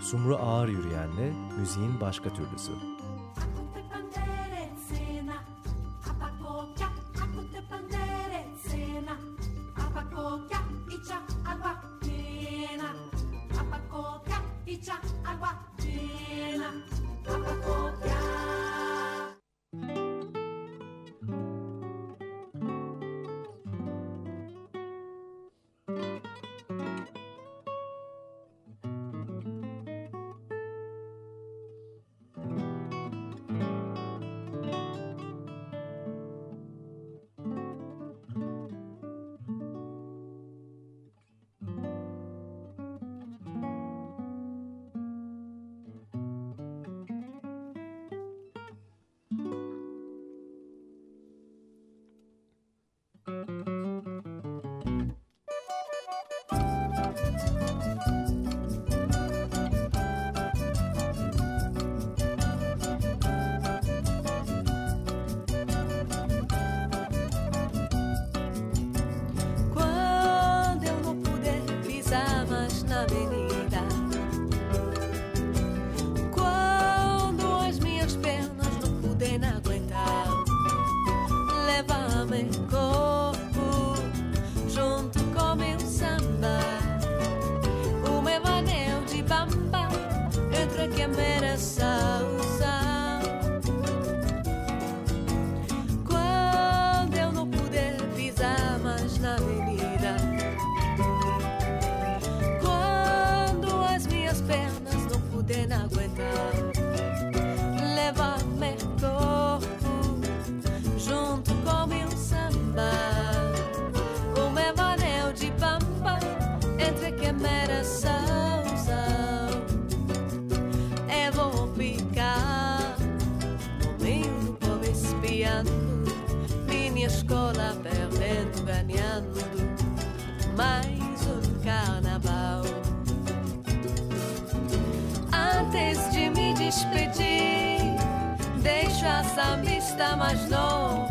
Sumru Ağır Yürüyen'le müziğin başka türlüsü. Sambista mais novo,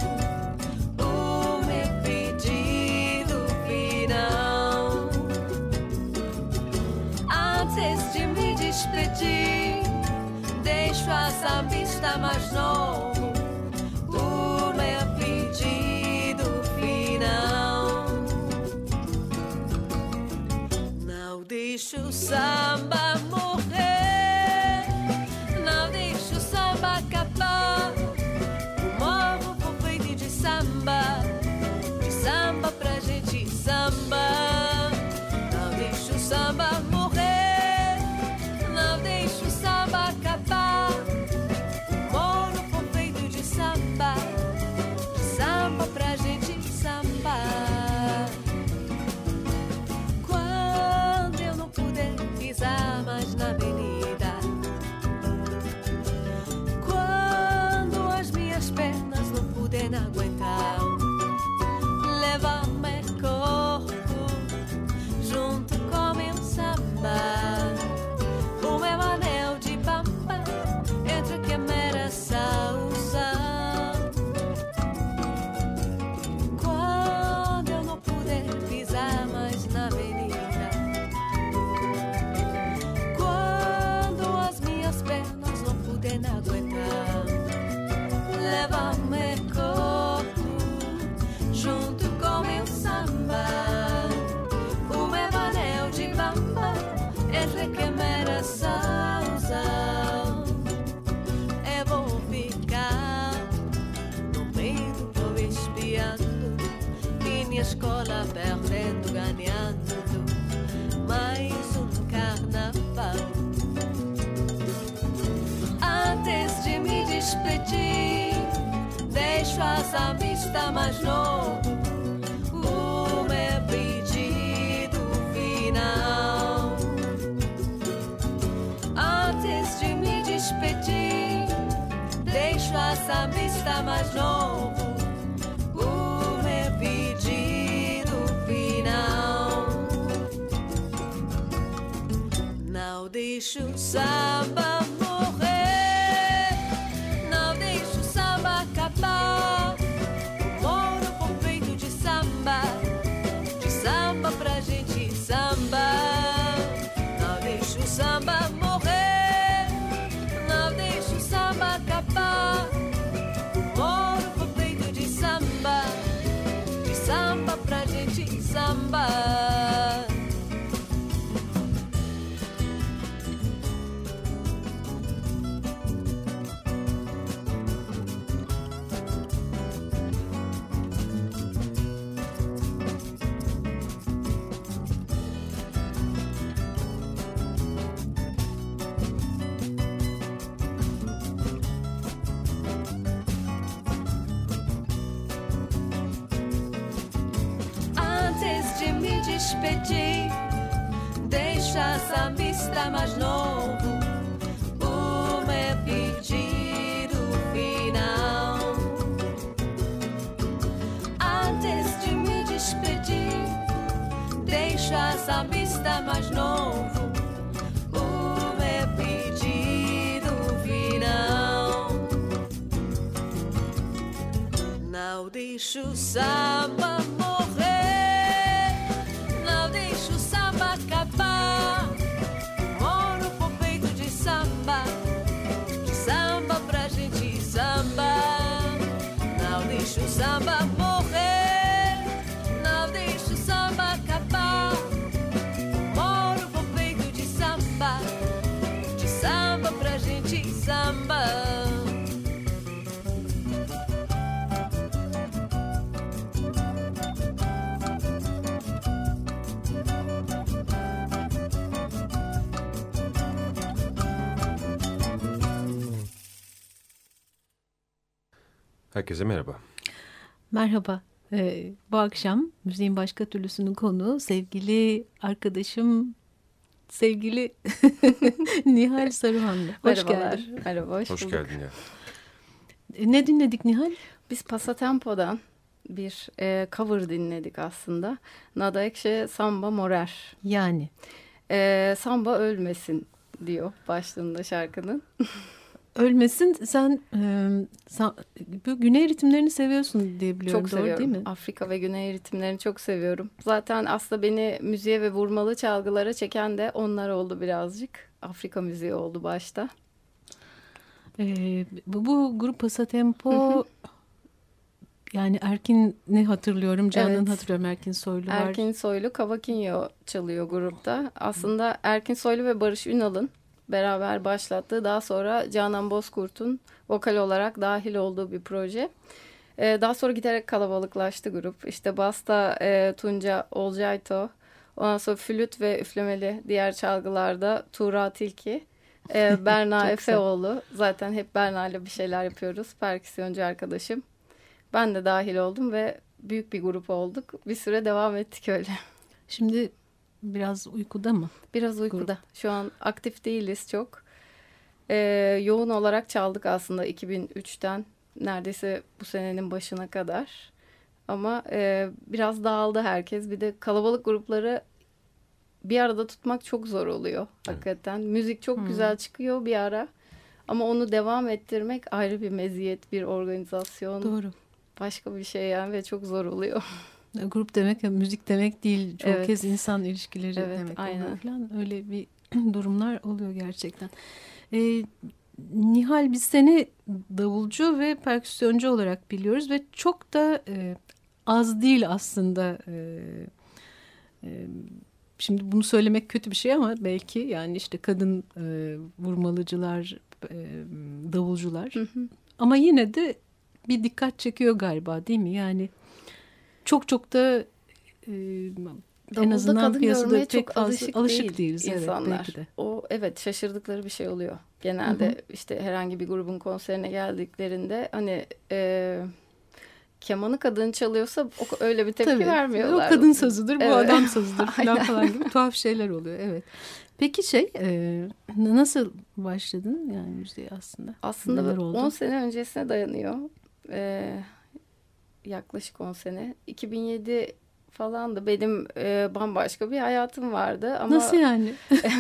o meu pedido final. Antes de me despedir, deixo a sambista mais novo, o meu pedido final. Não deixo o samba morrer, não deixo o samba acabar. De samba pra gente samba. Não deixa o samba morrer, não deixa o samba acabar. Moro foi feito de samba pra gente sambar. Quando eu não puder pisar mais na avenida, quando as minhas pernas não puderem aguentar, leva-me corpo junto com meu samba, o meu anel de bamba entre quimera salsa. Quando eu não puder pisar mais na avenida, quando as minhas pernas não puderem aguentar, leva-me corpo junto com meu samba, o meu anel de bamba entre quimera salsa. Eu vou ficar no meio do povo espiando, minha escola perdendo, ganhando mais um carnaval. Antes de me despedir, deixo a sambista mais novo, o meu pedido final. Antes de me despedir, deixo a sambista mais novo, o meu pedido final. Não deixo o samba morrer, não deixo o samba acabar. O moro foi feito de samba pra gente samba. Não deixo o samba morrer, samba. Despedir, deixa sambista mais novo o meu pedido final. Antes de me despedir, deixa sambista mais novo o meu pedido final. Não deixo o samba acabar. Moro por peito de samba pra gente samba. Não deixa o samba morrer, não deixa o samba acabar. Moro por peito de samba pra gente samba. Herkese merhaba. Merhaba. Bu akşam Müziğin Başka Türlüsü'nün konuğu sevgili arkadaşım, sevgili Nihal Saruhanlı. Hoş geldin. Merhaba, hoş bulduk. Geldin ya. Ne dinledik Nihal? Biz Passatempo'dan bir cover dinledik aslında. Nada Ekşe Samba Morer. Yani. Samba ölmesin diyor başlığında şarkının. Ölmesin. Sen bu güney ritimlerini seviyorsun diye biliyorum. Çok doğru seviyorum. Değil mi? Afrika ve güney ritimlerini çok seviyorum. Zaten aslında beni müziğe ve vurmalı çalgılara çeken de onlar oldu birazcık. Afrika müziği oldu başta. Bu grup Passatempo yani Erkin'i hatırlıyorum. Canan'ı hatırlıyorum. Erkin Soylu var. Erkin Soylu, Cavaquinho çalıyor grupta. Aslında Erkin Soylu ve Barış Ünal'ın beraber başlattığı, daha sonra Canan Bozkurt'un vokal olarak dahil olduğu bir proje. Daha sonra giderek kalabalıklaştı grup. İşte basta Tunca Olcayto, ondan sonra flüt ve üflemeli diğer çalgılarda Tuğra Tilki, Berna Efeoğlu. Zaten hep Berna ile bir şeyler yapıyoruz. Perküsyoncu arkadaşım. Ben de dahil oldum ve büyük bir grup olduk. Bir süre devam ettik öyle. Şimdi biraz uykuda mı? Biraz uykuda. Grup. Şu an aktif değiliz çok. Yoğun olarak çaldık aslında 2003'ten neredeyse bu senenin başına kadar. Ama biraz dağıldı herkes. Bir de kalabalık grupları bir arada tutmak çok zor oluyor hakikaten. Müzik çok güzel çıkıyor bir ara. Ama onu devam ettirmek ayrı bir meziyet, bir organizasyon. Doğru. Başka bir şey yani ve çok zor oluyor. Grup demek müzik demek değil. Çok kez insan ilişkileri demek aynen. oluyor falan. Öyle bir durumlar oluyor gerçekten. Nihal, biz seni davulcu ve perküsyoncu olarak biliyoruz ve çok da az değil aslında. Şimdi bunu söylemek kötü bir şey ama belki yani işte kadın vurmalıcılar, davulcular. Ama yine de bir dikkat çekiyor galiba, değil mi? Yani çok da en azından piyasada pek fazla alışık değiliz insanlar. Evet, belki de. O şaşırdıkları bir şey oluyor. Genelde işte herhangi bir grubun konserine geldiklerinde hani kemanı kadın çalıyorsa öyle bir tepki vermiyorlar. O kadın sazıdır, bu adam sazıdır falan gibi tuhaf şeyler oluyor. Evet. Peki nasıl başladın yani müziğe aslında? Aslında 10 sene öncesine dayanıyor. Yaklaşık 10 sene. 2007 falandı. Benim bambaşka bir hayatım vardı. Ama nasıl yani?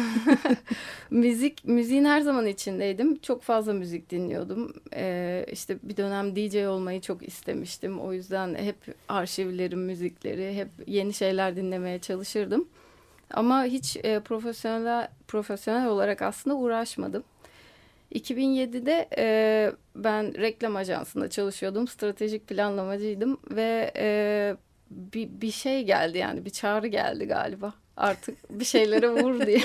müziğin her zaman içindeydim. Çok fazla müzik dinliyordum. İşte bir dönem DJ olmayı çok istemiştim. O yüzden hep arşivlerim, müzikleri, hep yeni şeyler dinlemeye çalışırdım. Ama hiç profesyonel olarak aslında uğraşmadım. 2007'de ben reklam ajansında çalışıyordum. Stratejik planlamacıydım ve bir şey geldi yani, bir çağrı geldi galiba. Artık bir şeylere vur diye.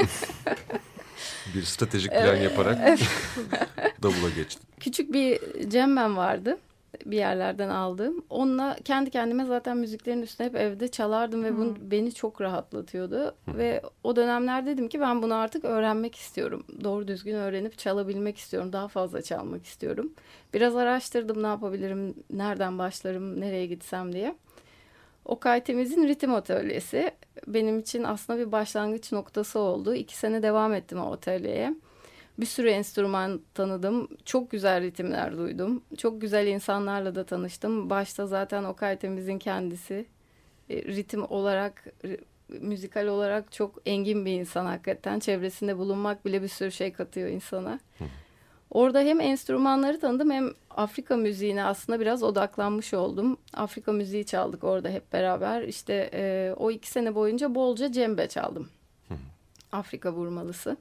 Bir stratejik plan yaparak davula geçtim. Küçük bir cemben vardı. Bir yerlerden aldığım. Onunla kendi kendime zaten müziklerin üstüne hep evde çalardım ve bu beni çok rahatlatıyordu. Ve o dönemler dedim ki ben bunu artık öğrenmek istiyorum. Doğru düzgün öğrenip çalabilmek istiyorum. Daha fazla çalmak istiyorum. Biraz araştırdım, ne yapabilirim, nereden başlarım, nereye gitsem diye. Okay Temiz'in ritim atölyesi benim için aslında bir başlangıç noktası oldu. 2 sene devam ettim o atölyeye. Bir sürü enstrüman tanıdım. Çok güzel ritimler duydum. Çok güzel insanlarla da tanıştım. Başta zaten Okay Temiz'in kendisi ritim olarak, müzikal olarak çok engin bir insan hakikaten. Çevresinde bulunmak bile bir sürü şey katıyor insana. Orada hem enstrümanları tanıdım hem Afrika müziğine aslında biraz odaklanmış oldum. Afrika müziği çaldık orada hep beraber. İşte o 2 sene boyunca bolca cembe çaldım. Afrika vurmalısı.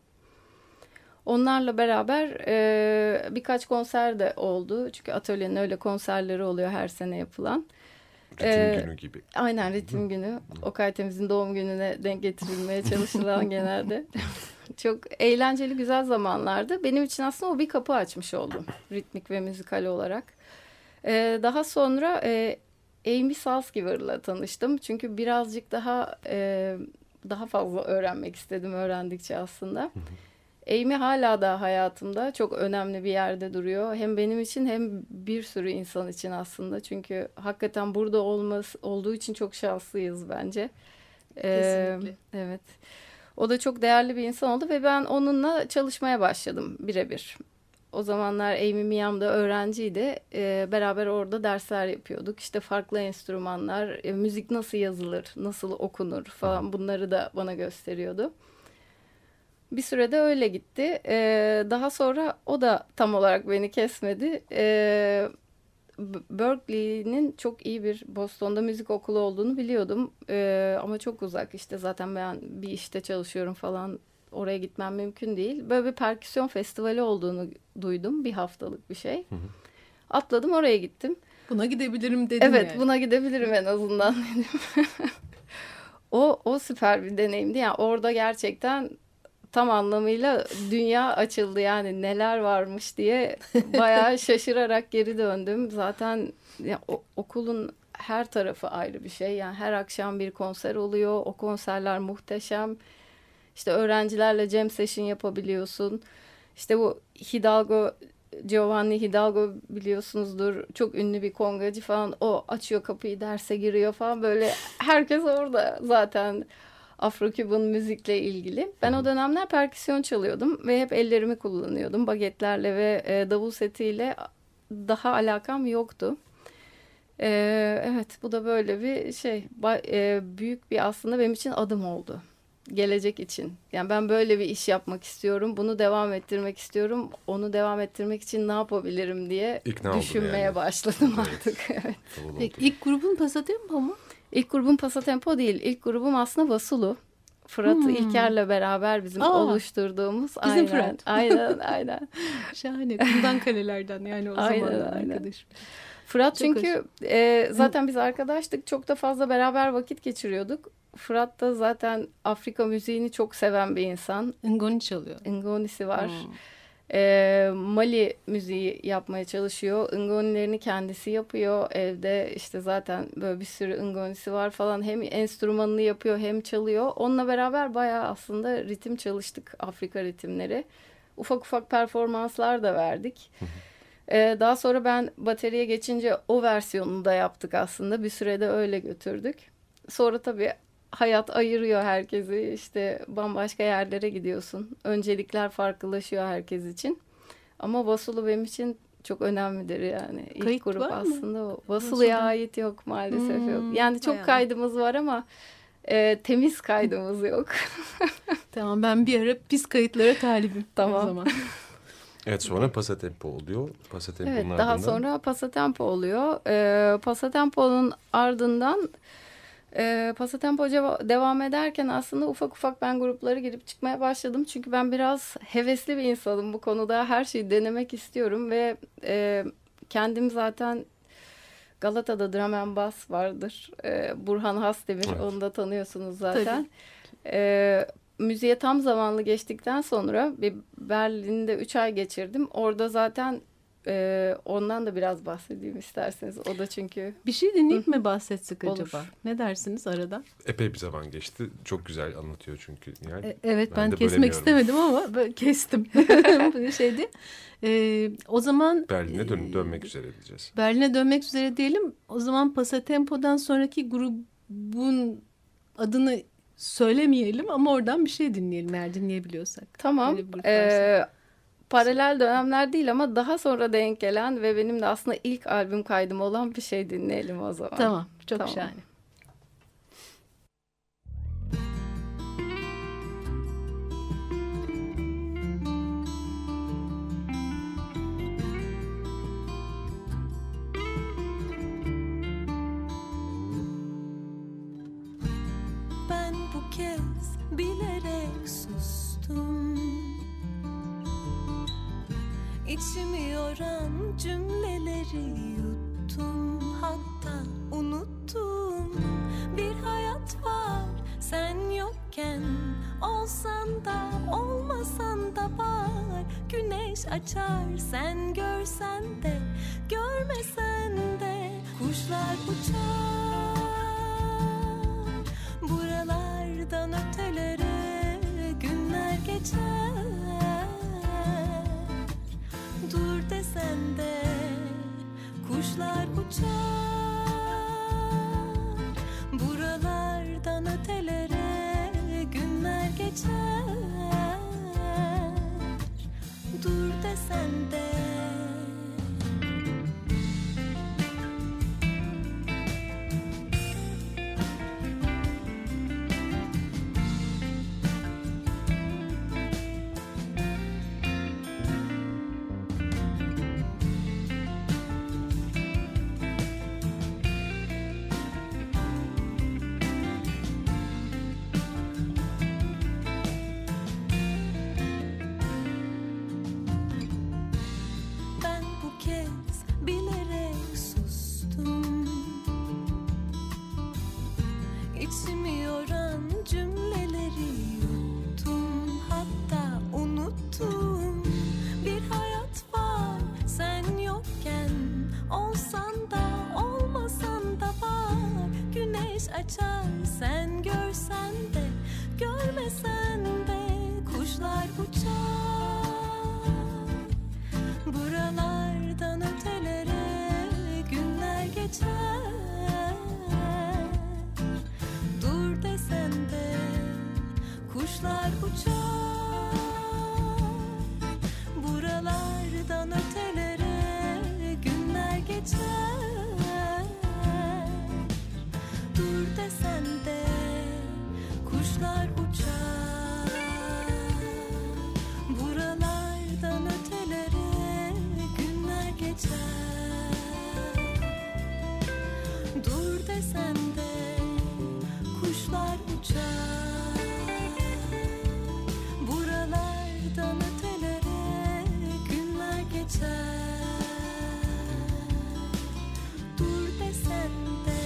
Onlarla beraber birkaç konser de oldu. Çünkü atölyenin öyle konserleri oluyor her sene yapılan. Ritim günü gibi. Aynen, ritim günü. Okay Temiz'in doğum gününe denk getirilmeye çalışılan genelde. Çok eğlenceli, güzel zamanlardı. Benim için aslında o bir kapı açmış oldu. Ritmik ve müzikal olarak. Daha sonra Amy Salzgiver'la tanıştım. Çünkü birazcık daha fazla öğrenmek istedim öğrendikçe aslında. Amy hala da hayatımda çok önemli bir yerde duruyor. Hem benim için hem bir sürü insan için aslında. Çünkü hakikaten burada olduğu için çok şanslıyız bence. Kesinlikle. Evet. O da çok değerli bir insan oldu ve ben onunla çalışmaya başladım birebir. O zamanlar Amy Miami'de öğrenciydi. Beraber orada dersler yapıyorduk. İşte farklı enstrümanlar, müzik nasıl yazılır, nasıl okunur falan, bunları da bana gösteriyordu. Bir sürede öyle gitti. Daha sonra o da tam olarak beni kesmedi. Berkeley'nin çok iyi bir Boston'da müzik okulu olduğunu biliyordum. Ama çok uzak, işte zaten ben bir işte çalışıyorum falan. Oraya gitmem mümkün değil. Böyle bir perküsyon festivali olduğunu duydum. Bir haftalık bir şey. Atladım, oraya gittim. Buna gidebilirim dedim. Evet, yani. buna gidebilirim en azından dedim. O süper bir deneyimdi. Yani orada gerçekten tam anlamıyla dünya açıldı, yani neler varmış diye bayağı şaşırarak geri döndüm. Zaten ya, okulun her tarafı ayrı bir şey. Yani her akşam bir konser oluyor. O konserler muhteşem. İşte öğrencilerle jam session yapabiliyorsun. İşte bu Giovanni Hidalgo biliyorsunuzdur. Çok ünlü bir kongacı falan. O açıyor kapıyı, derse giriyor falan. Böyle herkes orada zaten. Afro-Küban müzikle ilgili. Ben o dönemler perküsyon çalıyordum ve hep ellerimi kullanıyordum. Bagetlerle ve davul setiyle daha alakam yoktu. Evet, bu da böyle bir şey. Büyük bir aslında benim için adım oldu. Gelecek için. Yani ben böyle bir iş yapmak istiyorum. Bunu devam ettirmek istiyorum. Onu devam ettirmek için ne yapabilirim diye düşünmeye başladım artık. Evet. Peki, ilk grubun Pasatempo mu? İlk grubum Pasatempo değil. İlk grubum aslında Vasulu. Fırat İlker'le beraber bizim oluşturduğumuz. Bizim Fırat. Aynen. Şahane. Kumdan kalelerden yani o zamanlar arkadaşım. Fırat çünkü zaten biz arkadaştık. Çok da fazla beraber vakit geçiriyorduk. Fırat da zaten Afrika müziğini çok seven bir insan. Ngoni çalıyor. Ngoni'si var. Mali müziği yapmaya çalışıyor. Ngonilerini kendisi yapıyor evde. İşte zaten böyle bir sürü Ngoni'si var falan. Hem enstrümanını yapıyor hem çalıyor. Onunla beraber bayağı aslında ritim çalıştık. Afrika ritimleri. Ufak ufak performanslar da verdik. Daha sonra ben bateriye geçince o versiyonunu da yaptık aslında. Bir sürede öyle götürdük. Sonra tabii hayat ayırıyor herkesi. İşte bambaşka yerlere gidiyorsun. Öncelikler farklılaşıyor herkes için. Ama Vasulu benim için çok önemlidir yani. İlk Kayıt grup var mı? aslında o. Vasulu'ya ait yok maalesef yok. Yani çok bayağı. kaydımız var ama temiz kaydımız yok. Tamam, ben bir ara pis kayıtlara talibim. Tamam. O zaman. Evet, sonra Pasatempo oluyor. Pasatempo'nun Evet, ardından... daha sonra Pasatempo oluyor. Pasatempo'nun ardından Pasatempo devam ederken aslında ufak ufak ben gruplara girip çıkmaya başladım. Çünkü ben biraz hevesli bir insanım bu konuda. Her şeyi denemek istiyorum ve kendim zaten Galata'da drum and bass vardır. Burhan Hasdemir, Evet. onu da tanıyorsunuz zaten. Müziğe tam zamanlı geçtikten sonra bir Berlin'de 3 ay geçirdim. Orada zaten ondan da biraz bahsedeyim isterseniz. O da çünkü... Bir şey dinleyip mi bahsetsek Olur. acaba? Ne dersiniz arada? Epey bir zaman geçti. Çok güzel anlatıyor çünkü. Yani Evet, ben de kesmek bölemiyorum. istemedim ama böyle kestim. Bu şeydi. O zaman Berlin'e dönmek üzere diyeceğiz. Berlin'e dönmek üzere diyelim. O zaman Passatempo'dan sonraki grubun adını söylemeyelim ama oradan bir şey dinleyelim eğer dinleyebiliyorsak. Tamam. Öyle bir grup varsa. Paralel dönemler değil ama daha sonra denk gelen ve benim de aslında ilk albüm kaydım olan bir şey dinleyelim o zaman. Tamam, çok Tamam. şahane. Ben bu kez bilerek sustum. İçimi yoran cümleleri yuttum. Hatta unuttum. Bir hayat var sen yokken. Olsan da olmasan da var. Güneş açar sen görsen de görmesen de. Kuşlar uçar buralardan ötelere, günler geçer. Dur desen de kuşlar uçar buralardan ötelere, günler geçer. Dur desen de. Ben bu kez bilerek sustum. İçimi yoran cümleleri yuttum. Hatta unuttum. Bir hayat var sen yokken. Olsan da olmasan da var. Güneş açar sen görsen de görmesen de. Kuşlar uçar buralardan ötelere, günler geçer. Dur desen de kuşlar uçar buralardan ötelere, günler geçer. Dur desen de kuşlar uçar buralardan ötelere, günler geçer. Dur desen de kuşlar uçar buralardan ötelere, günler geçer. Dur desen de.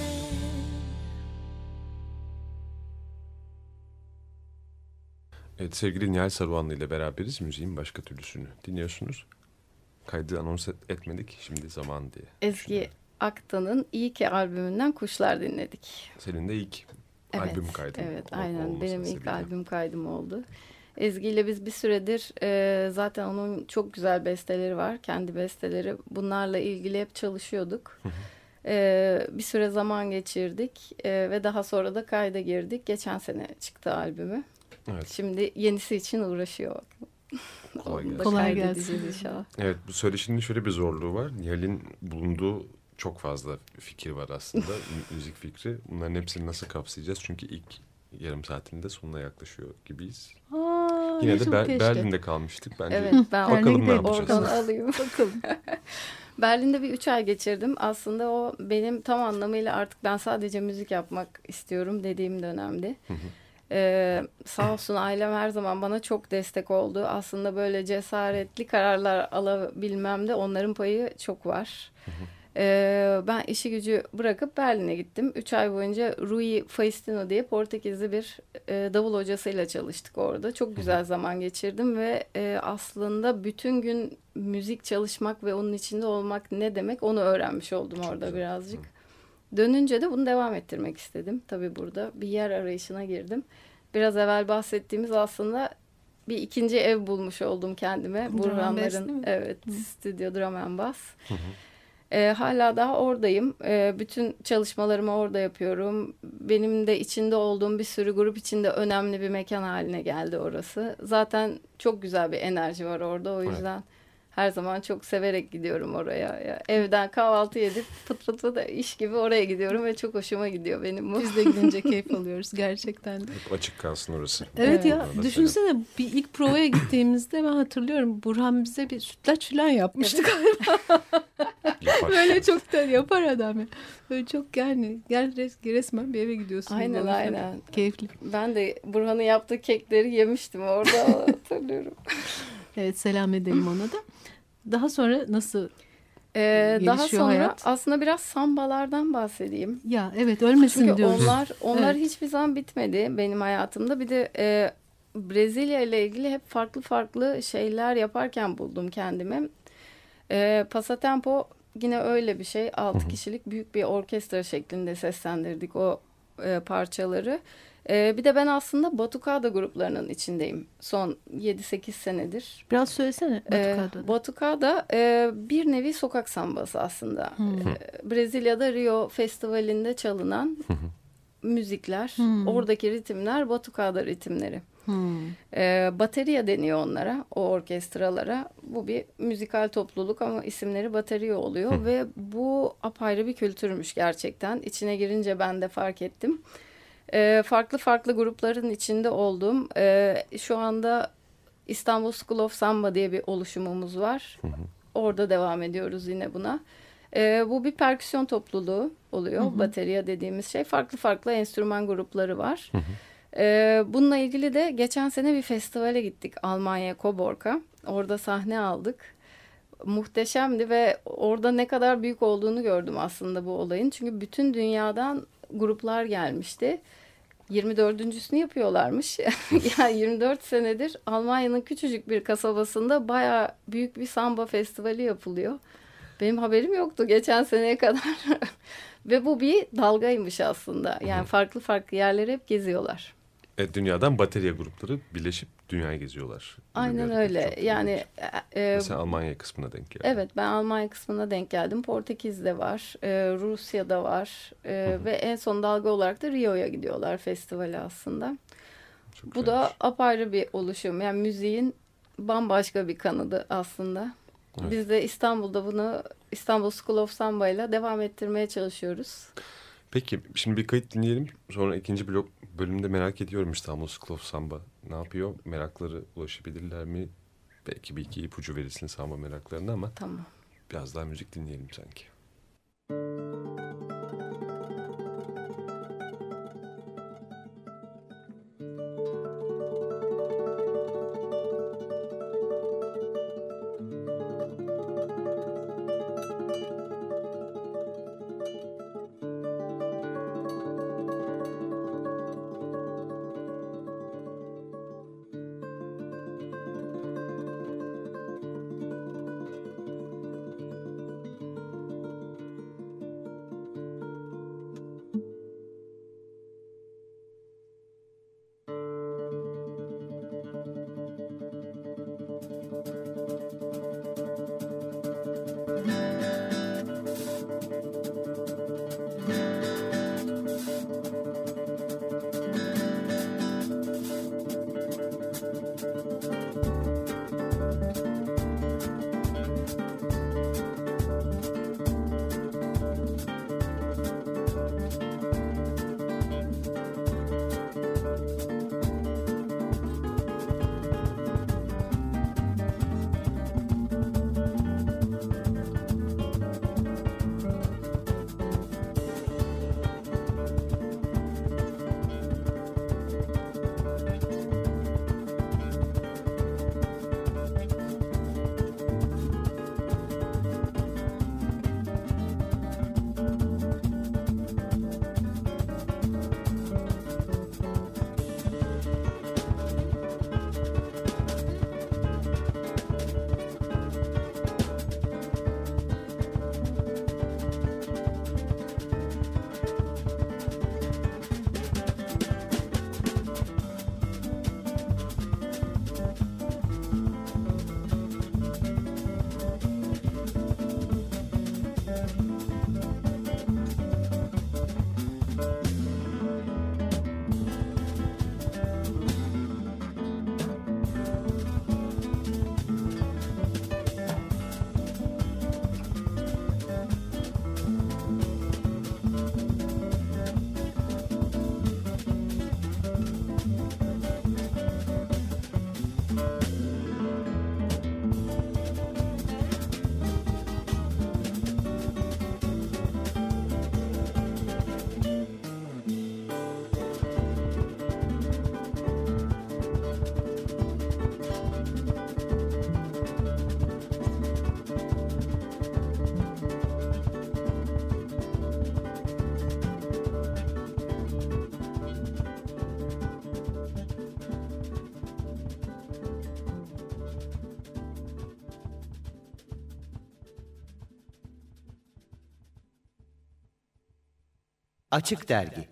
Evet, sevgili Nihal Saruhanlı ile beraberiz. Müziğin başka türlüsünü dinliyorsunuz. Kaydı anons etmedik. Şimdi zaman diye. Ezgi Aktan'ın İyi Ki albümünden Kuşlar dinledik. Senin de ilk Evet, albüm kaydın. Evet, o- aynen. olması Benim ilk sebebiyle. albüm kaydım oldu. Ezgi ile biz bir süredir zaten onun çok güzel besteleri var. Kendi besteleri. Bunlarla ilgili hep çalışıyorduk. Bir süre zaman geçirdik ve daha sonra da kayda girdik. Geçen sene çıktı albümü. Evet. Şimdi yenisi için uğraşıyor. Kolay Onu da gelsin. Kolay kaydedeceğiz gelsin. inşallah. Evet, bu söyleşinin şöyle bir zorluğu var. Nihal'in bulunduğu çok fazla fikir var aslında. Müzik fikri. Bunların hepsini nasıl kapsayacağız? Çünkü ilk yarım saatinde sonuna yaklaşıyor gibiyiz. Yine de çok keşke. Berlin'de kalmıştık. Bence Evet, ben bakalım ne gidelim. yapacağız. oradan alayım. Bakalım. Berlin'de bir 3 ay geçirdim. Aslında o benim tam anlamıyla artık ben sadece müzik yapmak istiyorum dediğim dönemdi. Sağ olsun ailem her zaman bana çok destek oldu. Aslında böyle cesaretli kararlar alabilmemde onların payı çok var. Ben işi gücü bırakıp Berlin'e gittim. 3 ay boyunca Rui Faustino diye Portekizli bir davul hocasıyla çalıştık orada. Çok güzel zaman geçirdim ve aslında bütün gün müzik çalışmak ve onun içinde olmak ne demek onu öğrenmiş oldum orada birazcık. Dönünce de bunu devam ettirmek istedim. Tabii burada bir yer arayışına girdim. Biraz evvel bahsettiğimiz aslında bir ikinci ev bulmuş oldum kendime. Burhanların stüdyo Drum and Bass. Hala daha oradayım. Bütün çalışmalarımı orada yapıyorum. Benim de içinde olduğum bir sürü grup içinde önemli bir mekan haline geldi orası. Zaten çok güzel bir enerji var orada. O yüzden her zaman çok severek gidiyorum oraya. Evden kahvaltı edip pıt pıt pıt iş gibi oraya gidiyorum ve çok hoşuma gidiyor benim bu. Biz de gidince keyif alıyoruz gerçekten de. Hep açık kalsın orası. Evet ya, Orada düşünsene bir ilk provaya gittiğimizde ben hatırlıyorum, Burhan bize bir sütlaç falan yapmıştı galiba. Böyle çok da yapar adam ya. Böyle çok yani resmen bir eve gidiyorsun. Aynen. Keyifli. Ben de Burhan'ın yaptığı kekleri yemiştim orada hatırlıyorum. Evet, selam edelim ona da. Daha sonra nasıl daha sonra hayat? aslında biraz sambalardan bahsedeyim. Ya evet, ölmesin çünkü diyoruz. Onlar hiçbir zaman bitmedi benim hayatımda. Bir de Brezilya ile ilgili hep farklı şeyler yaparken buldum kendimi. Passatempo yine öyle bir şey. 6 kişilik büyük bir orkestra şeklinde seslendirdik o parçaları. Bir de ben aslında Batucada gruplarının içindeyim. Son 7-8 senedir. Biraz söylesene Batucada'da. Batucada bir nevi sokak sambası aslında. Brezilya'da Rio Festivali'nde çalınan müzikler, oradaki ritimler Batucada ritimleri. Bateria deniyor onlara, o orkestralara. Bu bir müzikal topluluk ama isimleri bateria oluyor ve bu apayrı bir kültürmüş gerçekten. İçine girince ben de fark ettim. Farklı grupların içinde olduğum, şu anda İstanbul School of Samba diye bir oluşumumuz var. Orada devam ediyoruz yine buna. Bu bir perküsyon topluluğu oluyor. Bateria dediğimiz şey. Farklı enstrüman grupları var. Bununla ilgili de geçen sene bir festivale gittik, Almanya Coburg'a. Orada sahne aldık. Muhteşemdi ve orada ne kadar büyük olduğunu gördüm aslında bu olayın. Çünkü bütün dünyadan gruplar gelmişti. 24.'sünü yapıyorlarmış. Yani 24 senedir Almanya'nın küçücük bir kasabasında bayağı büyük bir samba festivali yapılıyor. Benim haberim yoktu geçen seneye kadar. Ve bu bir dalgaymış aslında. Yani farklı yerleri hep geziyorlar. Dünyadan baterya grupları birleşip dünyayı geziyorlar. Aynen öyle. Yani mesela Almanya kısmına denk geldim. Evet, ben Almanya kısmına denk geldim. Portekiz'de var, Rusya'da var ve en son dalga olarak da Rio'ya gidiyorlar festivale aslında. Çok Bu güzelmiş. da apayrı bir oluşum. Yani müziğin bambaşka bir kanadı aslında. Evet. Biz de İstanbul'da bunu İstanbul School of Samba ile devam ettirmeye çalışıyoruz. Peki şimdi bir kayıt dinleyelim. Sonra ikinci bölümde merak ediyorum İstanbul School of Samba ne yapıyor? Merakları ulaşabilirler mi? Belki bir iki ipucu verirsin samba meraklarına ama Tamam. biraz daha müzik dinleyelim sanki. Açık Dergi.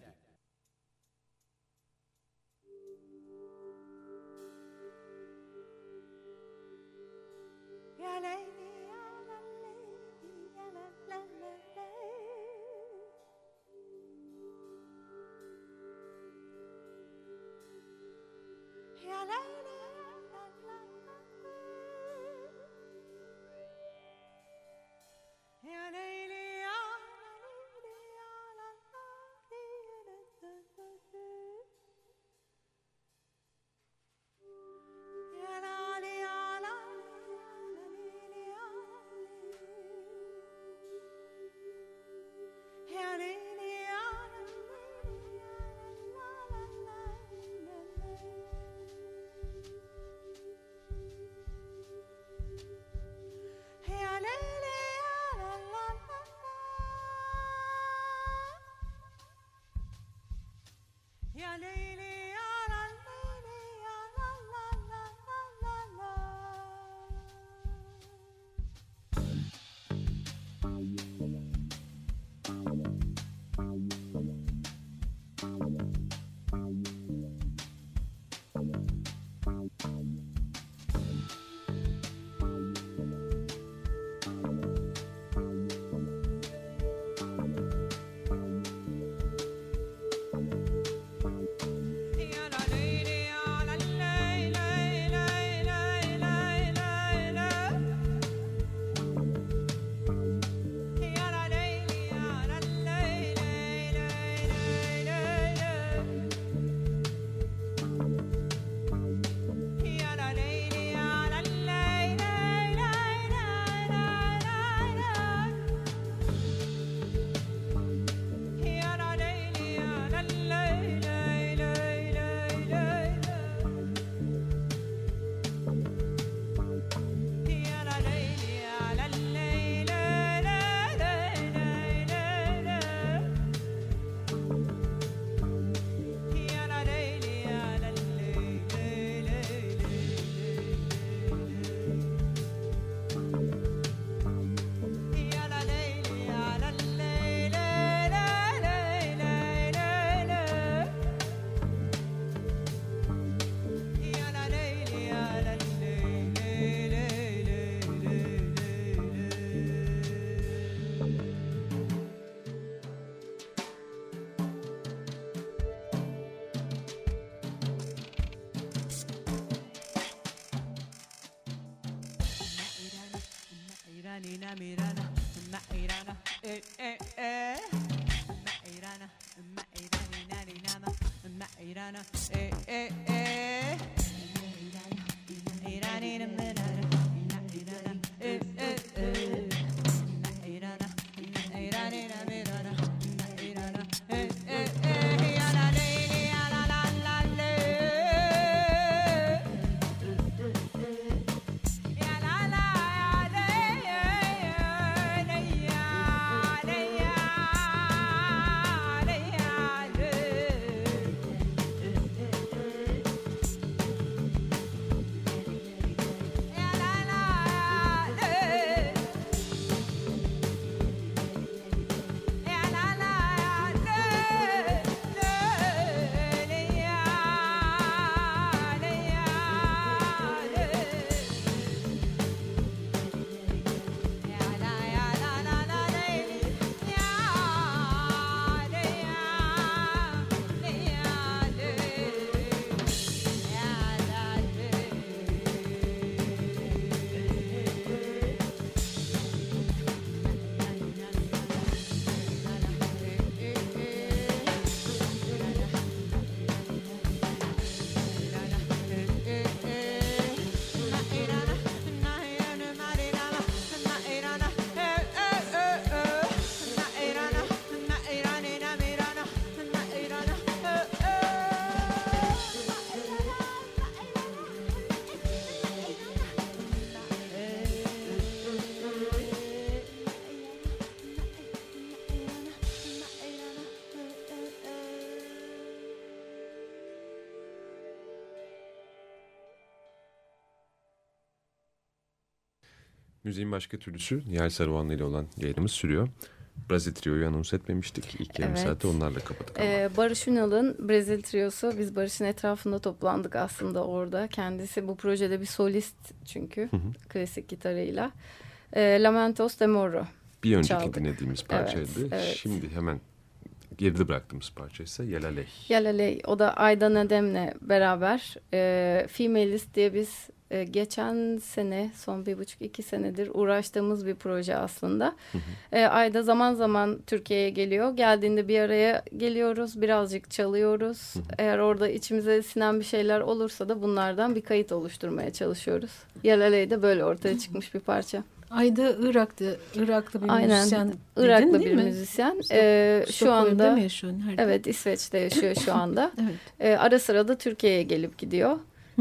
Müziğin başka türlüsü Nihal Saruhanlı ile olan yayınımız sürüyor. Brazil Trio'yu anons etmemiştik. İlk yarım Evet. saati onlarla kapadık ama. Barış Ünal'ın Brazil Trio'su. Biz Barış'ın etrafında toplandık aslında orada. Kendisi bu projede bir solist çünkü. Klasik gitarıyla. Lamentos de Morro. Bir önceki çaldık. dinlediğimiz parçaydı. Evet. Şimdi hemen geride bıraktığımız parça ise Yalaley. Yalaley, o da Aydan Adem'le beraber Femalist diye biz geçen sene, son 1,5-2 senedir uğraştığımız bir proje aslında. Ayda zaman zaman Türkiye'ye geliyor. Geldiğinde bir araya geliyoruz, birazcık çalıyoruz. Eğer orada içimize sinen bir şeyler olursa da bunlardan bir kayıt oluşturmaya çalışıyoruz. Yalaley de böyle ortaya çıkmış bir parça. Ayda Iraklı bir Aynen. müzisyen dedin, Iraklı değil bir mi? müzisyen. Şu Stockholm'da anda mı yaşıyor? Nerede? evet, İsveç'te yaşıyor şu anda. Evet. Ara sıra da Türkiye'ye gelip gidiyor.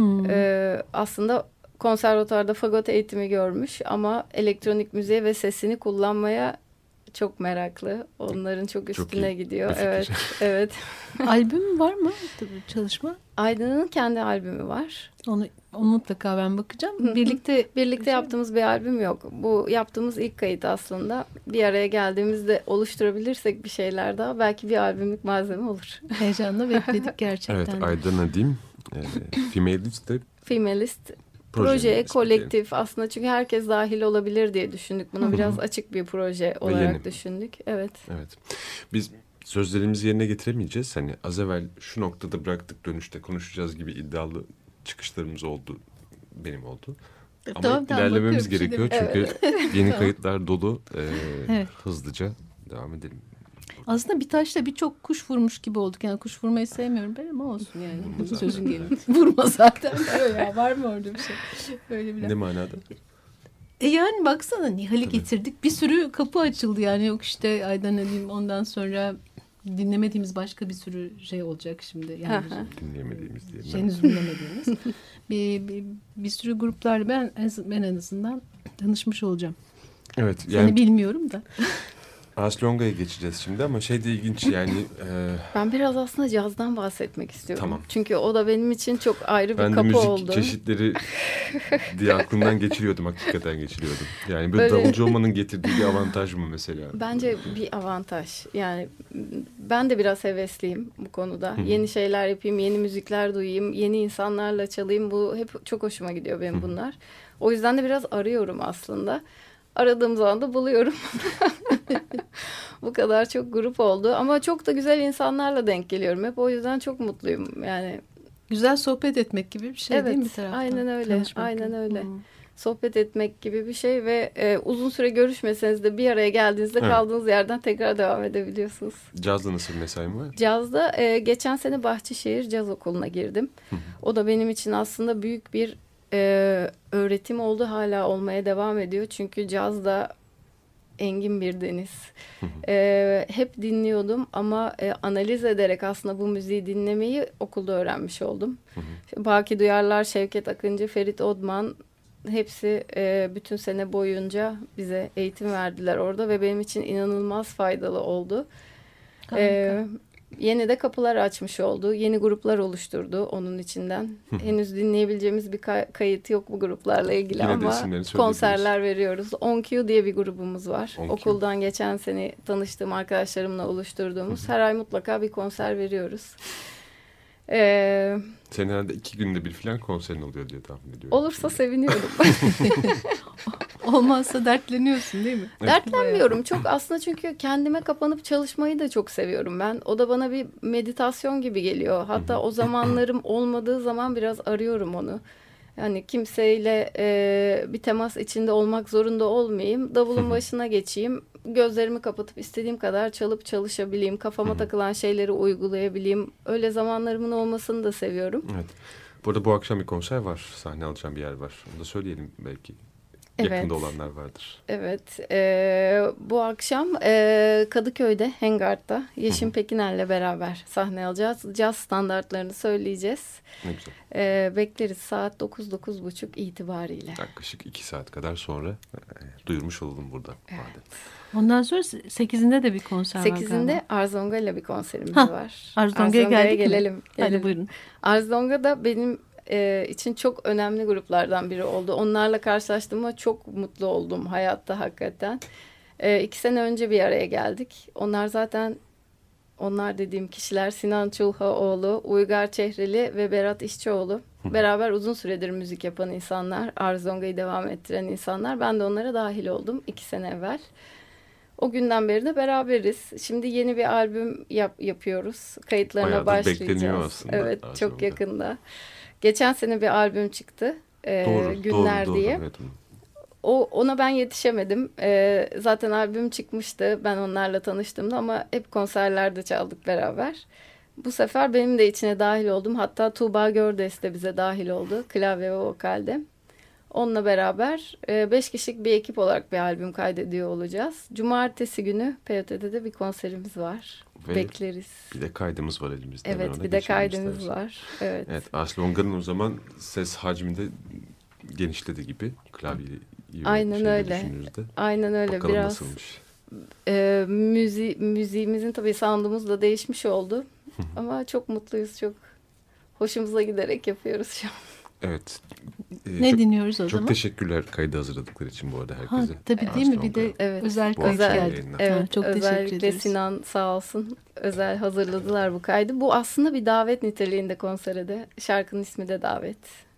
Aslında konservatuarda fagot eğitimi görmüş ama elektronik müziğe ve sesini kullanmaya çok meraklı. Onların çok üstüne gidiyor. Evet, evet. Albüm var mı? Çalışma. Aydın'ın kendi albümü var. Onu mutlaka ben bakacağım. Birlikte Yaptığımız bir albüm yok. Bu yaptığımız ilk kayıt aslında. Bir araya geldiğimizde oluşturabilirsek bir şeyler daha belki bir albümlük malzeme olur. heyecanla bekledik gerçekten. Evet, Aydan Adim, Femalist de Femalist proje, projeye kolektif aslında, çünkü herkes dahil olabilir diye düşündük. Buna biraz açık bir proje olarak yeni. düşündük. Evet. Evet. Biz sözlerimizi yerine getiremeyeceğiz. Hani az evvel şu noktada bıraktık, dönüşte konuşacağız gibi iddialı çıkışlarımız oldu. Benim oldu. Ama Tamam, ilerlememiz bakıyorum. gerekiyor. Çünkü yeni kayıtlar dolu. Evet. Hızlıca devam edelim. Aslında bir taşla birçok kuş vurmuş gibi olduk. Yani kuş vurmayı sevmiyorum ben ama olsun yani. Sözün gelimi. Vurma zaten. Ya, var mı orada bir şey? Öyle bir Ne manada? Yani baksana Nihal'i getirdik. Bir sürü kapı açıldı yani. Yok işte Aydan Adim, ondan sonra dinlemediğimiz başka bir sürü şey olacak şimdi. Yani Dinleyemediğimiz diyelim. henüz dinlemediğimiz. bir sürü gruplarla ben en azından tanışmış olacağım. Evet. Seni Yani bilmiyorum da. Ars Longa'ya geçeceğiz şimdi ama şey de ilginç yani. Ben biraz aslında cazdan bahsetmek istiyorum. Tamam. Çünkü o da benim için çok ayrı bir Ben de kapı müzik oldu. çeşitleri diye aklımdan geçiriyordum. Hakikaten geçiriyordum. Yani böyle Böyle- davulcu olmanın getirdiği bir avantaj mı mesela? Bence bir avantaj. Yani ben de biraz hevesliyim bu konuda. Yeni şeyler yapayım, yeni müzikler duyayım, yeni insanlarla çalayım. Bu hep çok hoşuma gidiyor benim bunlar. O yüzden de biraz arıyorum aslında. Aradığım zaman da buluyorum. Bu kadar çok grup oldu. Ama çok da güzel insanlarla denk geliyorum. Hep o yüzden çok mutluyum. Yani Güzel sohbet etmek gibi bir şey evet, değil mi bir taraftan? aynen öyle. Tanışmak Aynen gibi. öyle. Sohbet etmek gibi bir şey ve uzun süre görüşmeseniz de bir araya geldiğinizde Evet. kaldığınız yerden tekrar devam edebiliyorsunuz. Cazda nasıl bir mesain var? Cazda geçen sene Bahçeşehir Caz Okulu'na girdim. O da benim için aslında büyük bir öğretim oldu. Hala olmaya devam ediyor. Çünkü cazda engin bir deniz. Hep dinliyordum ama analiz ederek aslında bu müziği dinlemeyi okulda öğrenmiş oldum. Baki Duyarlar, Şevket Akıncı, Ferit Odman hepsi bütün sene boyunca bize eğitim verdiler orada ve benim için inanılmaz faydalı oldu. Yeni de kapılar açmış oldu. Yeni gruplar oluşturdu onun içinden. Henüz dinleyebileceğimiz bir kayıt yok bu gruplarla ilgili Yine de ama isimlerini söyleyebiliriz. konserler veriyoruz. OnQ diye bir grubumuz var. 10Q. Okuldan geçen sene tanıştığım arkadaşlarımla oluşturduğumuz. Her ay mutlaka bir konser veriyoruz. Senin herhalde 2 günde bir falan konserin oluyor diye tahmin ediyorum. Olursa seviniyorum. Olmazsa dertleniyorsun değil mi? Dertlenmiyorum çok aslında, çünkü kendime kapanıp çalışmayı da çok seviyorum ben. O da bana bir meditasyon gibi geliyor. Hatta o zamanlarım olmadığı zaman biraz arıyorum onu. Yani kimseyle bir temas içinde olmak zorunda olmayayım. Davulun başına geçeyim. Gözlerimi kapatıp istediğim kadar çalıp çalışabileyim. Kafama takılan şeyleri uygulayabileyim. Öyle zamanlarımın olmasını da seviyorum. Evet. Bu arada bu akşam bir konser var. Sahne alacağım bir yer var. Onu da söyleyelim belki. Evet. Yakında olanlar vardır. Evet. Bu akşam Kadıköy'de, Hangar'da Yeşim Pekiner'le beraber sahne alacağız. Caz standartlarını söyleyeceğiz. Ne güzel. Bekleriz saat 9-9.30 itibariyle. Yaklaşık 2 saat kadar sonra duyurmuş olalım burada. Madem. Ondan sonra 8'inde de bir konser var 8'inde galiba. Arzonga ile bir konserimiz var. Arzonga'ya geldik mi? gelelim. Hadi buyurun. Arzonga da benim için çok önemli gruplardan biri oldu. Onlarla karşılaştığıma çok mutlu oldum hayatta hakikaten. 2 sene önce bir araya geldik. Onlar dediğim kişiler Sinan Çulhaoğlu, Uygar Çehreli ve Berat İşçioğlu. Beraber uzun süredir müzik yapan insanlar, Arzonga'yı devam ettiren insanlar. Ben de onlara dahil oldum 2 sene evvel. O günden beri de beraberiz. Şimdi yeni bir albüm yapıyoruz. Kayıtlarına Bayağıdır başlayacağız. bekleniyor aslında. Evet, Arzonga'da. çok yakında. Geçen sene bir albüm çıktı. Günler doğru, diye. evet. Ona ben yetişemedim. Zaten albüm çıkmıştı ben onlarla tanıştığımda ama hep konserlerde çaldık beraber. Bu sefer benim de içine dahil oldum. Hatta Tuğba Gördes de bize dahil oldu. Klavye ve vokalde. Onunla beraber 5 kişilik bir ekip olarak bir albüm kaydediyor olacağız. Cumartesi günü PYT'de de bir konserimiz var. Ve bekleriz. Bir de kaydımız var elimizde. Evet, bir de kaydımız var. Evet. Evet, Arzonga'nın o zaman ses hacmi de genişledi gibi. Klavyeyi Aynen öyle. düşündüğünüzde. Aynen öyle. Bakalım Biraz nasılmış. müziğimizin tabii sound'umuz da değişmiş oldu. Ama çok mutluyuz. Çok hoşumuza giderek yapıyoruz şu an. Evet. Ne dinliyoruz o çok zaman? teşekkürler kaydı hazırladıkları için bu arada herkese. Tabii değil mi? Bir de Evet. özel Bu kayıt akşam geldi. yayınlar. Evet, Çok teşekkür özellikle ederiz. Sinan sağ olsun özel hazırladılar bu kaydı. Bu aslında bir davet niteliğinde konsere de. Şarkının ismi de Davet.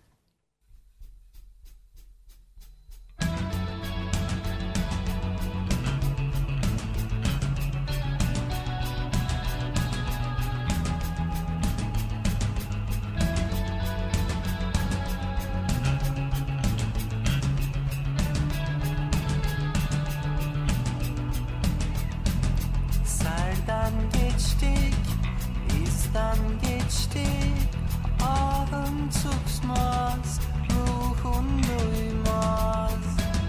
Serden geçtik, izden geçtik. Ahım tutmaz, ruhum duymaz.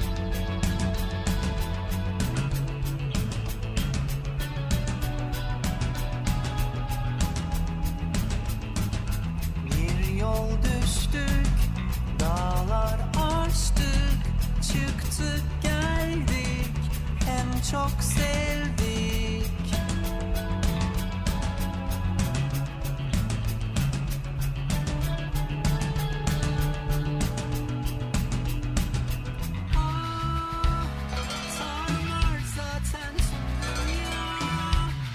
Bir yol düştük, dağlar aştık. Çıktık geldik, hem çok sevdik. Sanlar zaten tüm dünya.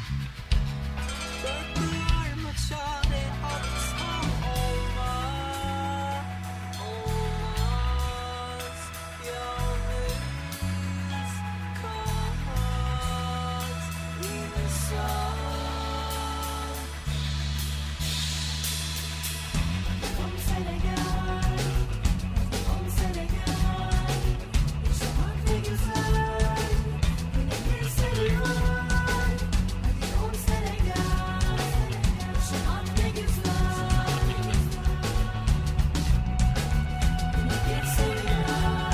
Dört duvar mı çare atsam olmaz. Olmaz. Yalnız kalmaz insan. Konsere gel, konsere gel. Yaşamak ne güzel, yine bir seviyor. Hadi konsere gel, yaşamak ne güzel. Yine bir seviyor.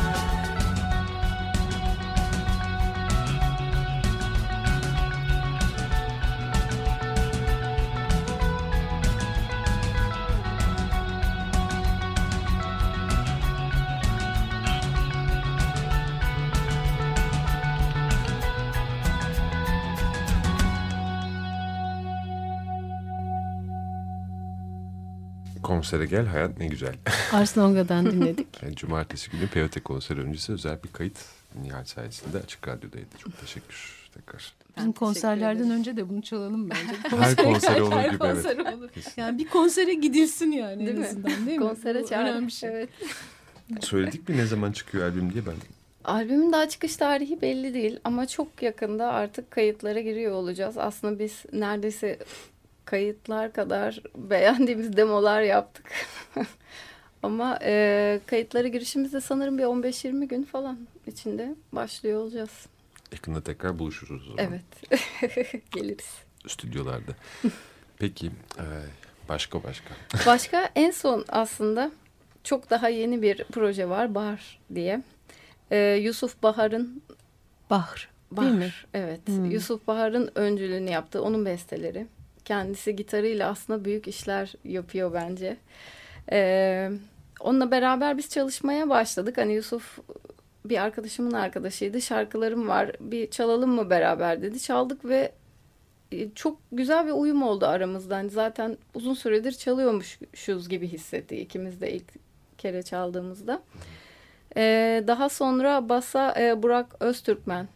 Konsere gel, hayat ne güzel. Arslonga'dan dinledik. Yani cumartesi günü PYT konseri öncesi özel bir kayıt Nihal sayesinde Açık Radyo'daydı. Çok teşekkür tekrar. Bizim teşekkür konserlerden ederim. önce de bunu çalalım bence. Her konsere olur Her gibi, evet. konsere olur. Yani bir konsere gidilsin yani Değil en mi? azından değil mi? Konsere Bu çağır. önemli bir şey. Evet. Söyledik mi ne zaman çıkıyor albüm diye ben? Albümün daha çıkış tarihi belli değil ama çok yakında artık kayıtlara giriyor olacağız. Aslında biz neredeyse kayıtlar kadar beğendiğimiz demolar yaptık. Ama kayıtlara girişimiz de sanırım bir 15-20 gün falan içinde başlıyor olacağız. Yakında tekrar buluşuruz o zaman. Evet. Geliriz. Stüdyolarda. Peki başka? Başka en son aslında çok daha yeni bir proje var. Bahar diye. Yusuf Bahar'ın Bahr. Değil mi? Evet. Yusuf Bahar'ın öncülüğünü yaptığı onun besteleri. Kendisi gitarıyla aslında büyük işler yapıyor bence. Onunla beraber biz çalışmaya başladık. Hani Yusuf bir arkadaşımın arkadaşıydı. Şarkılarım var. Bir çalalım mı beraber dedi. Çaldık ve çok güzel bir uyum oldu aramızda. Hani zaten uzun süredir çalıyormuşuz gibi hissettik ikimiz de ilk kere çaldığımızda. Daha sonra basa Burak Öztürkmen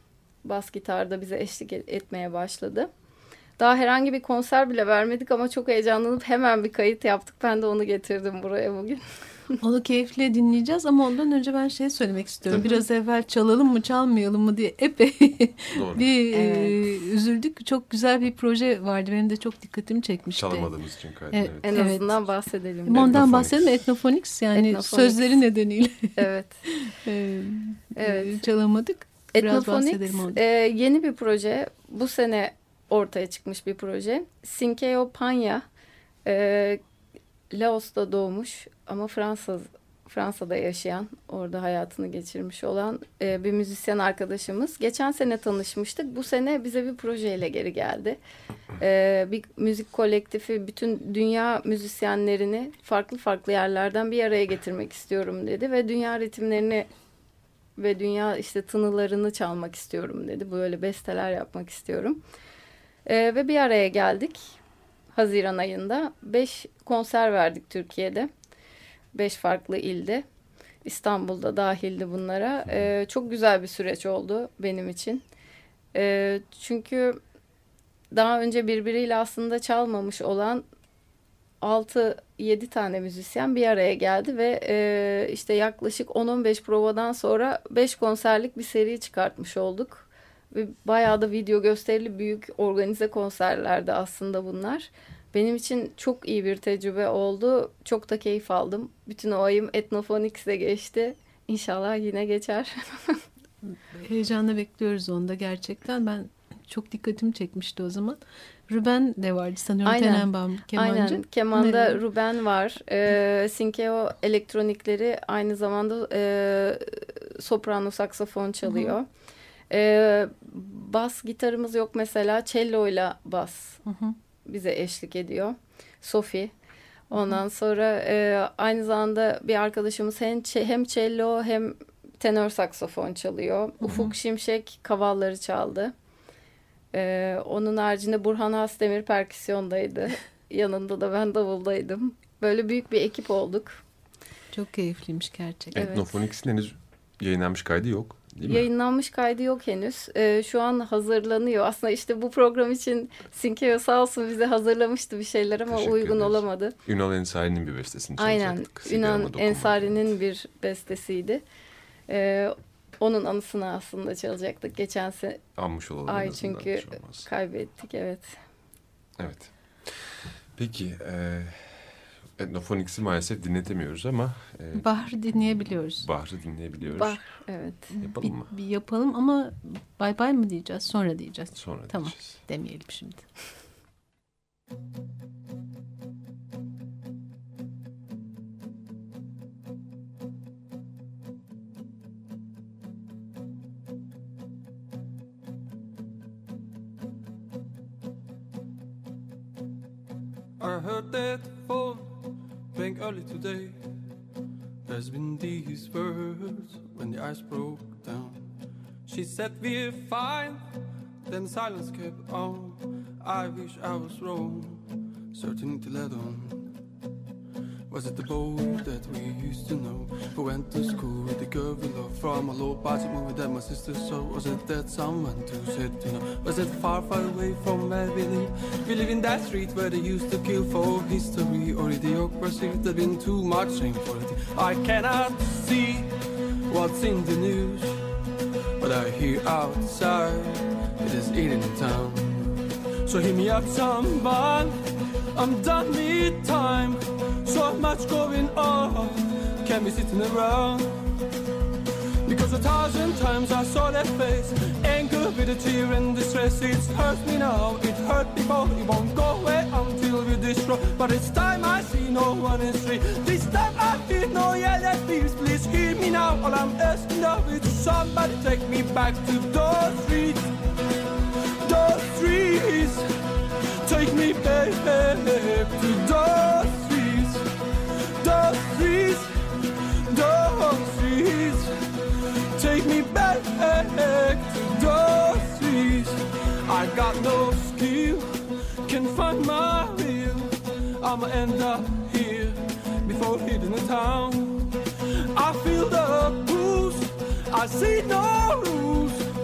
bas gitarda bize eşlik etmeye başladı. Daha herhangi bir konser bile vermedik ama çok heyecanlanıp hemen bir kayıt yaptık. Ben de onu getirdim buraya bugün. Onu keyifle dinleyeceğiz ama ondan önce ben şey söylemek istiyorum. Biraz evvel çalalım mı çalmayalım mı diye epey üzüldük. Çok güzel bir proje vardı. Benim de çok dikkatimi çekmişti. Çalamadığımız için kaydı. Evet. En azından bahsedelim. Ondan bahsedelim. Etnophonics yani sözleri nedeniyle. Evet. Çalamadık. Biraz bahsedelim ondan. Yeni bir proje. Bu sene ortaya çıkmış bir proje. Sinkeo Panya Laos'ta doğmuş ama Fransa'da yaşayan, orada hayatını geçirmiş olan bir müzisyen arkadaşımız. Geçen sene tanışmıştık. Bu sene bize bir projeyle geri geldi. Bir müzik kolektifi, bütün dünya müzisyenlerini farklı farklı yerlerden bir araya getirmek istiyorum dedi ve dünya ritimlerini ve dünya işte tınılarını çalmak istiyorum dedi. Böyle besteler yapmak istiyorum. Ve bir araya geldik. Haziran ayında 5 konser verdik Türkiye'de. 5 farklı ilde. İstanbul'da dahildi bunlara. Çok güzel bir süreç oldu benim için. Çünkü daha önce birbiriyle aslında çalmamış olan 6-7 tane müzisyen bir araya geldi ve işte yaklaşık 10-15 provadan sonra 5 konserlik bir seri çıkartmış olduk. Ve bayağı da video gösterili büyük organize konserlerdi aslında bunlar. Benim için çok iyi bir tecrübe oldu. Çok da keyif aldım. Bütün o ayım Etnophonics'e geçti. İnşallah yine geçer. Heyecanla bekliyoruz onu da gerçekten. Ben çok dikkatimi çekmişti o zaman. Ruben de vardı sanıyorum. Tenenbaum kemancı. Aynen. Kemanda Ruben var. Sinkeo elektronikleri aynı zamanda soprano saksafon çalıyor. Bas gitarımız yok mesela. Cello'yla bas bize eşlik ediyor. Sophie. Ondan sonra aynı zamanda bir arkadaşımız hem cello hem tenor saksafon çalıyor. Ufuk Şimşek kavalları çaldı. Onun haricinde Burhan Hasdemir perküsyondaydı. Yanında da ben davuldaydım. Böyle büyük bir ekip olduk. Çok keyifliymiş gerçekten. Etnophonics'in henüz yayınlanmış kaydı yok, değil mi? Yayınlanmış kaydı yok henüz. Şu an hazırlanıyor. Aslında işte bu program için Sinkeo sağ olsun bize hazırlamıştı bir şeyler ama Teşekkür uygun ederiz. olamadı. Ünal Ensari'nin bir bestesini Aynen. çalacaktık. Ünal Ensari'nin bir bestesiydi. Onun anısına aslında çalacaktık. Geçen sene Anmış olalım. ay çünkü kaybettik. Evet. Evet. Peki Etnophonics'i maalesef dinletemiyoruz ama Bahr'ı dinleyebiliyoruz. Bahr'ı dinleyebiliyoruz. Bahr, evet. Yapalım mı? Bir yapalım ama bay bay mı diyeceğiz? Sonra diyeceğiz. Sonra tamam. diyeceğiz. Demeyelim şimdi. I heard that phone rang early today. There's been these words when the ice broke down. She said we're fine, then the silence kept on. I wish I was wrong, certain to let on. Was it the boy that we used to know, who went to school with the girl we love, from a low-budget movie that my sister saw? Was it that someone who said, you know, was it far, far away from where we live? We live in that street where they used to kill for history or idiocracy. There's been too much shamefully. I cannot see what's in the news, but I hear outside it is eating in town. So hit me up, someone, I'm done with time. So much going on, can't be sitting around. Because 1,000 times I saw that face, anger with a tear and distress. It hurts me now, it hurt before, it won't go away until we destroy. But it's time I see no one is free. This time I hear no yelling please, please hear me now. All I'm asking of is somebody take me back to those streets. Those streets, take me back to those streets. Those streets, those streets, take me back to those streets. I got no skill, can't find my will. I'ma end up here before hitting the town. I feel the pulse, I see no rules. I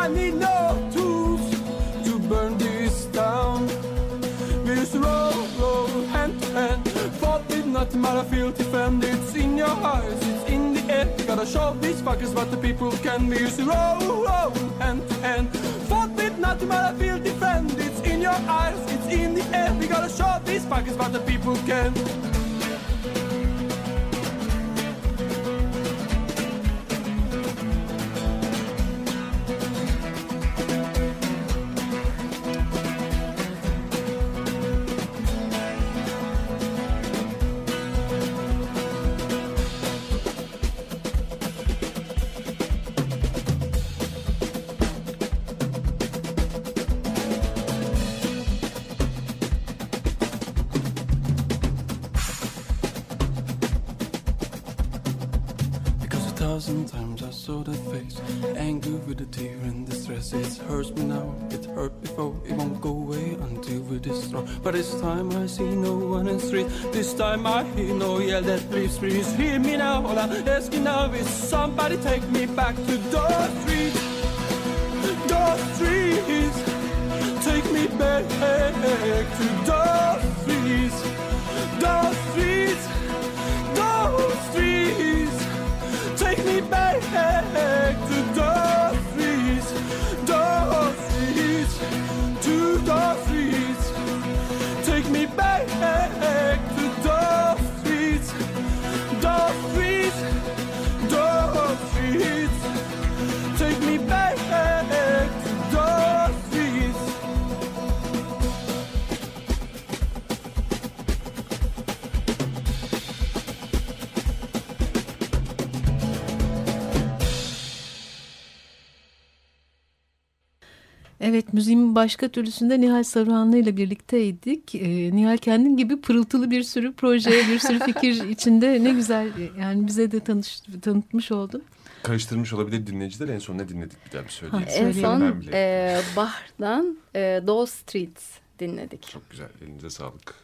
I need no tools to burn this down. We used to roll hand to hand, fought with nothing but a filthy friend. It's in your eyes, it's in the air. You gotta show these fuckers what the people can. We used to roll hand to hand, fought with nothing but a filthy friend. It's in your eyes, it's in the air. We gotta show these fuckers what the people can. Sometimes I saw that face, anger with a tear and distress. It hurts me now, it hurt before, it won't go away until we destroy. But this time I see no one in the street, this time I hear no yell that leaves trees. Hear me now, all I'm asking now is somebody take me back to those streets. Those streets, take me back to those streets. Those streets, those streets, take me back to those streets, to those streets. Take me back to those streets, those streets, those streets. Take me back to those streets. Evet, müziğin başka türlüsünde Nihal Saruhanlı ile birlikteydik. Nihal kendin gibi pırıltılı bir sürü proje, bir sürü fikir içinde, ne güzel yani bize de tanıtmış oldun. Karıştırmış olabilir dinleyiciler, en son ne dinledik bir daha bir söyleyelim. En son Bahr'dan Those Streets dinledik. Çok güzel, elinize sağlık.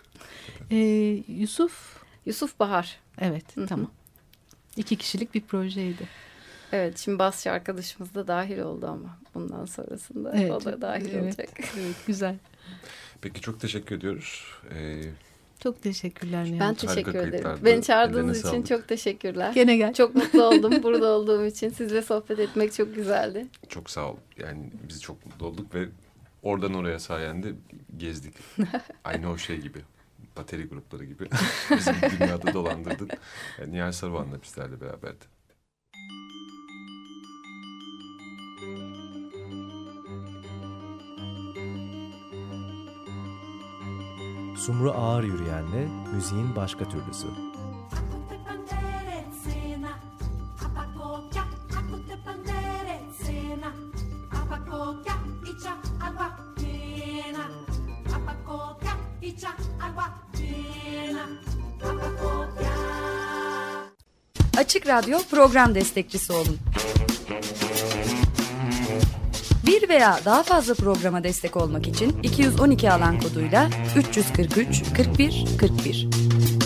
Yusuf Bahar. Evet, Hı-hı. tamam. 2 kişilik bir projeydi. Evet, şimdi basçı arkadaşımız da dahil oldu ama bundan sonrasında evet, o da dahil olacak. Evet, güzel. Peki çok teşekkür ediyoruz. Çok teşekkürler Nihal. Ben teşekkür ederim. Beni çağırdığınız için çok teşekkürler. Gene gel. Çok mutlu oldum burada olduğum için. Sizle sohbet etmek çok güzeldi. Çok sağ ol. Yani biz çok mutlu olduk ve oradan oraya sayende gezdik. Aynı o şey gibi. Bateri grupları gibi. Bizim dünyada dolandırdın. Yani Nihal Saruhan'la bizlerle beraberdi. Sumru Ağır Yürüyen'le müziğin başka türlüsü. Açık Radyo program destekçisi olun. Bir veya daha fazla programa destek olmak için 212 alan koduyla 343 41 41.